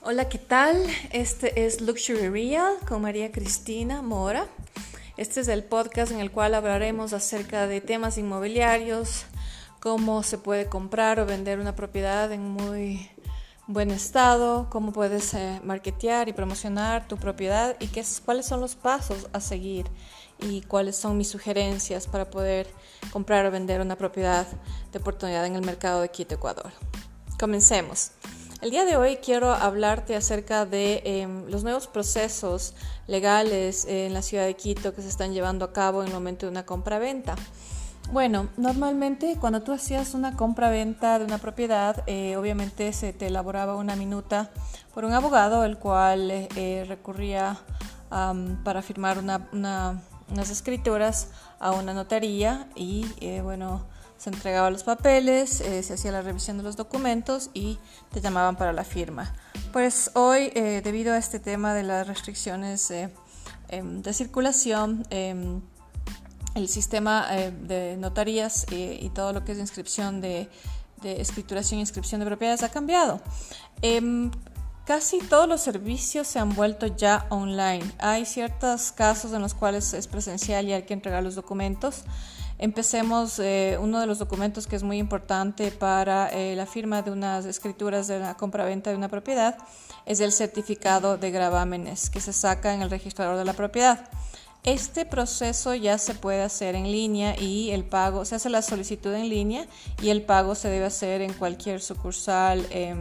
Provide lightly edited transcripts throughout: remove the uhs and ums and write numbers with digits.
Hola, ¿qué tal? Este es Luxury Real con María Cristina Mora. Este es el podcast en el cual hablaremos acerca de temas inmobiliarios, cómo se puede comprar o vender una propiedad en muy buen estado, cómo puedes marketear y promocionar tu propiedad y cuáles son los pasos a seguir y cuáles son mis sugerencias para poder comprar o vender una propiedad de oportunidad en el mercado de Quito, Ecuador. Comencemos. El día de hoy quiero hablarte acerca de los nuevos procesos legales en la ciudad de Quito que se están llevando a cabo en el momento de una compra-venta. Bueno, normalmente cuando tú hacías una compra-venta de una propiedad, obviamente se te elaboraba una minuta por un abogado, el cual recurría para firmar unas escrituras a una notaría y se entregaban los papeles, se hacía la revisión de los documentos y te llamaban para la firma. Pues hoy, debido a este tema de las restricciones de circulación, el sistema de notarías y todo lo que es inscripción de escrituración e inscripción de propiedades ha cambiado. Casi todos los servicios se han vuelto ya online. Hay ciertos casos en los cuales es presencial y hay que entregar los documentos. Empecemos, uno de los documentos que es muy importante para la firma de unas escrituras de la compra-venta de una propiedad es el certificado de gravámenes que se saca en el registrador de la propiedad. Este proceso ya se puede hacer en línea y el pago, se hace la solicitud en línea y el pago se debe hacer en cualquier sucursal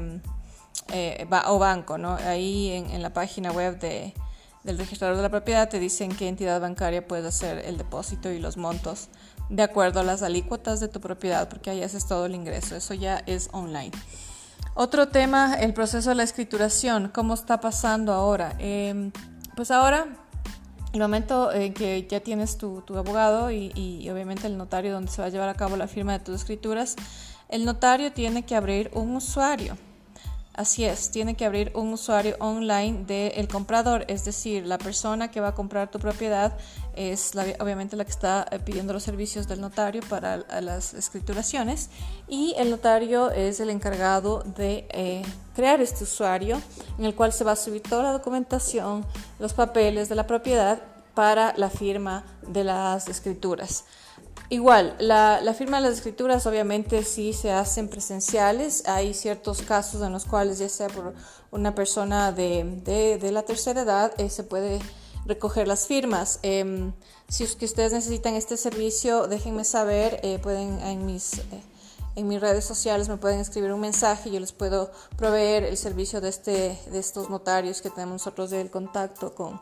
o banco, ¿no? Ahí en la página web del registrador de la propiedad te dicen qué entidad bancaria puedes hacer el depósito y los montos de acuerdo a las alícuotas de tu propiedad, porque ahí haces todo el ingreso, eso ya es online. Otro tema, el proceso de la escrituración, ¿cómo está pasando ahora? Pues ahora, el momento en que ya tienes tu abogado y obviamente el notario donde se va a llevar a cabo la firma de tus escrituras, el notario tiene que abrir un usuario. Así es, tiene que abrir un usuario online del comprador, es decir, la persona que va a comprar tu propiedad es obviamente la que está pidiendo los servicios del notario para las escrituraciones y el notario es el encargado de crear este usuario en el cual se va a subir toda la documentación, los papeles de la propiedad para la firma de las escrituras. Igual, la firma de las escrituras obviamente sí se hacen presenciales. Hay ciertos casos en los cuales ya sea por una persona de la tercera edad se puede recoger las firmas. Si es que ustedes necesitan este servicio, déjenme saber, pueden en mis redes sociales me pueden escribir un mensaje y yo les puedo proveer el servicio de estos notarios que tenemos nosotros del contacto con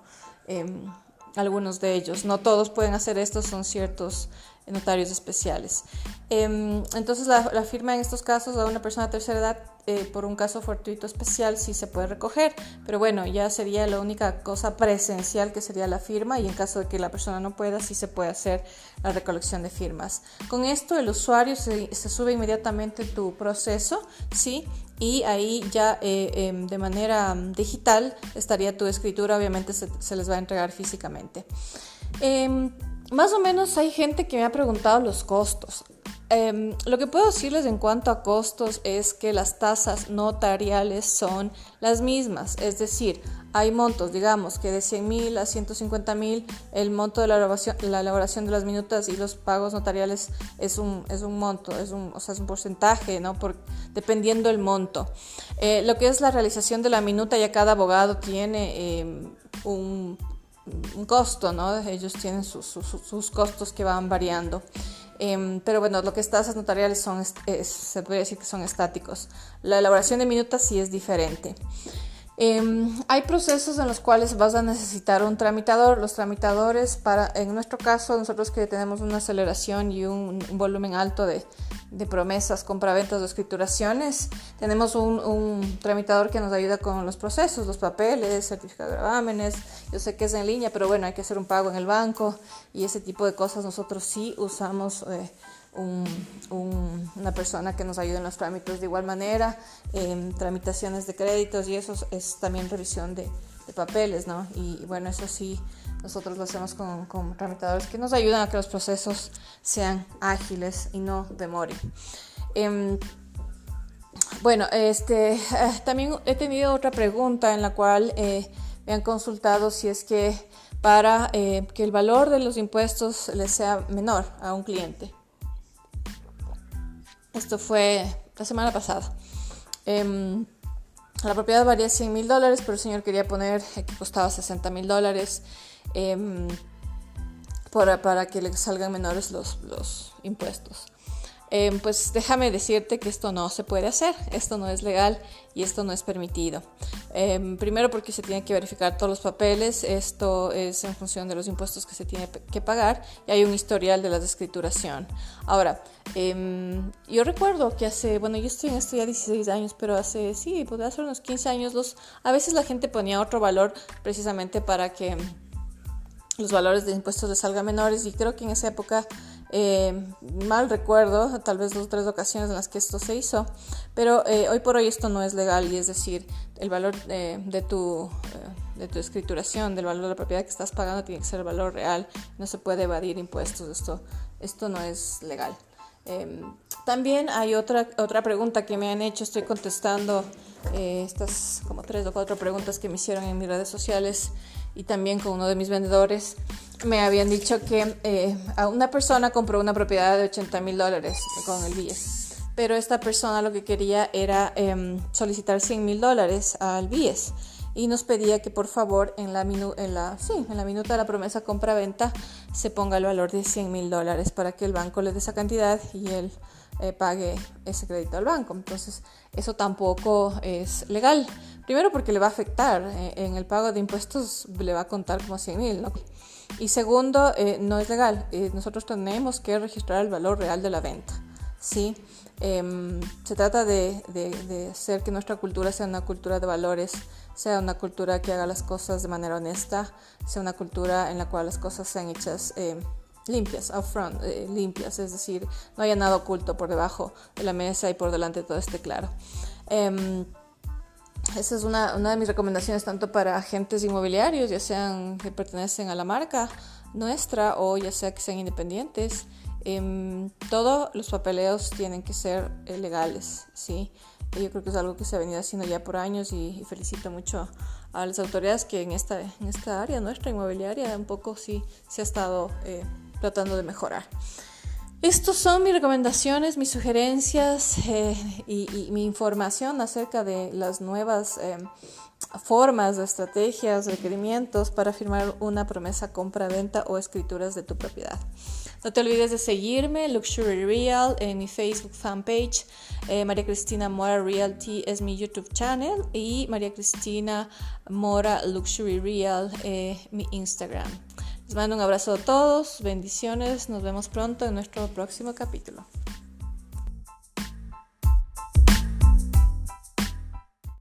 algunos de ellos. No todos pueden hacer esto, son ciertos notarios especiales. Entonces la firma en estos casos a una persona de tercera edad por un caso fortuito especial sí se puede recoger, pero bueno, ya sería la única cosa presencial que sería la firma y en caso de que la persona no pueda, sí se puede hacer la recolección de firmas. Con esto el usuario se sube inmediatamente tu proceso, ¿sí? Y ahí ya de manera digital estaría tu escritura, obviamente se les va a entregar físicamente. Más o menos hay gente que me ha preguntado los costos. Lo que puedo decirles en cuanto a costos es que las tasas notariales son las mismas, es decir, hay montos, digamos que de 100,000 a 150,000, el monto de la elaboración de las minutas y los pagos notariales es un monto, es un porcentaje, ¿no? Dependiendo del monto. Lo que es la realización de la minuta, ya cada abogado tiene un costo, ¿no? Ellos tienen sus costos que van variando. Pero bueno, lo que es tasas notariales se podría decir que son estáticos. La elaboración de minutas sí es diferente. Hay procesos en los cuales vas a necesitar un tramitador. Los tramitadores, en nuestro caso, nosotros que tenemos una aceleración y un volumen alto de promesas, compraventas o escrituraciones, tenemos un tramitador que nos ayuda con los procesos, los papeles, certificado de gravámenes. Yo sé que es en línea, pero bueno, hay que hacer un pago en el banco y ese tipo de cosas. Nosotros sí usamos una persona que nos ayude en los trámites de igual manera, tramitaciones de créditos y eso es también revisión de papeles, ¿no? Y bueno, eso sí, nosotros lo hacemos con tramitadores que nos ayudan a que los procesos sean ágiles y no demoren. Bueno, también he tenido otra pregunta en la cual me han consultado si es que para que el valor de los impuestos le sea menor a un cliente. Esto fue la semana pasada. La propiedad valía $100,000, pero el señor quería poner que costaba $60,000 para que le salgan menores los impuestos. Pues déjame decirte que esto no se puede hacer, esto no es legal y esto no es permitido. Primero porque se tienen que verificar todos los papeles, esto es en función de los impuestos que se tiene que pagar y hay un historial de la desescrituración. Ahora, yo recuerdo que yo estoy en esto ya 16 años, pero hace unos 15 años a veces la gente ponía otro valor precisamente para que los valores de impuestos les salgan menores y creo que en esa época mal recuerdo, tal vez 2 o 3 ocasiones en las que esto se hizo, pero hoy por hoy esto no es legal y es decir, el valor de tu escrituración, del valor de la propiedad que estás pagando tiene que ser el valor real, no se puede evadir impuestos, esto no es legal. También hay otra pregunta que me han hecho, estoy contestando estas como 3 o 4 preguntas que me hicieron en mis redes sociales y también con uno de mis vendedores. Me habían dicho que a una persona compró una propiedad de $80,000 con el BIES, pero esta persona lo que quería era solicitar $100,000 al BIES y nos pedía que por favor en la minuta de la promesa compra-venta se ponga el valor de $100,000 para que el banco le dé esa cantidad y él pague ese crédito al banco. Entonces eso tampoco es legal. Primero porque le va a afectar en el pago de impuestos, le va a contar como 100,000, ¿no? Y segundo, no es legal. Nosotros tenemos que registrar el valor real de la venta, ¿sí? Se trata de hacer que nuestra cultura sea una cultura de valores, sea una cultura que haga las cosas de manera honesta, sea una cultura en la cual las cosas sean hechas limpias, upfront, limpias, es decir, no haya nada oculto por debajo de la mesa y por delante todo esté claro. Esa es una de mis recomendaciones tanto para agentes inmobiliarios, ya sean que pertenecen a la marca nuestra o ya sea que sean independientes. Todos los papeleos tienen que ser legales, ¿sí? Yo creo que es algo que se ha venido haciendo ya por años y felicito mucho a las autoridades que en esta área nuestra inmobiliaria un poco sí se ha estado tratando de mejorar. Estas son mis recomendaciones, mis sugerencias y mi información acerca de las nuevas formas, estrategias, requerimientos para firmar una promesa compra-venta o escrituras de tu propiedad. No te olvides de seguirme, Luxury Real, en mi Facebook fanpage. María Cristina Mora Realty es mi YouTube channel y María Cristina Mora Luxury Real mi Instagram. Les mando un abrazo a todos, bendiciones, nos vemos pronto en nuestro próximo capítulo.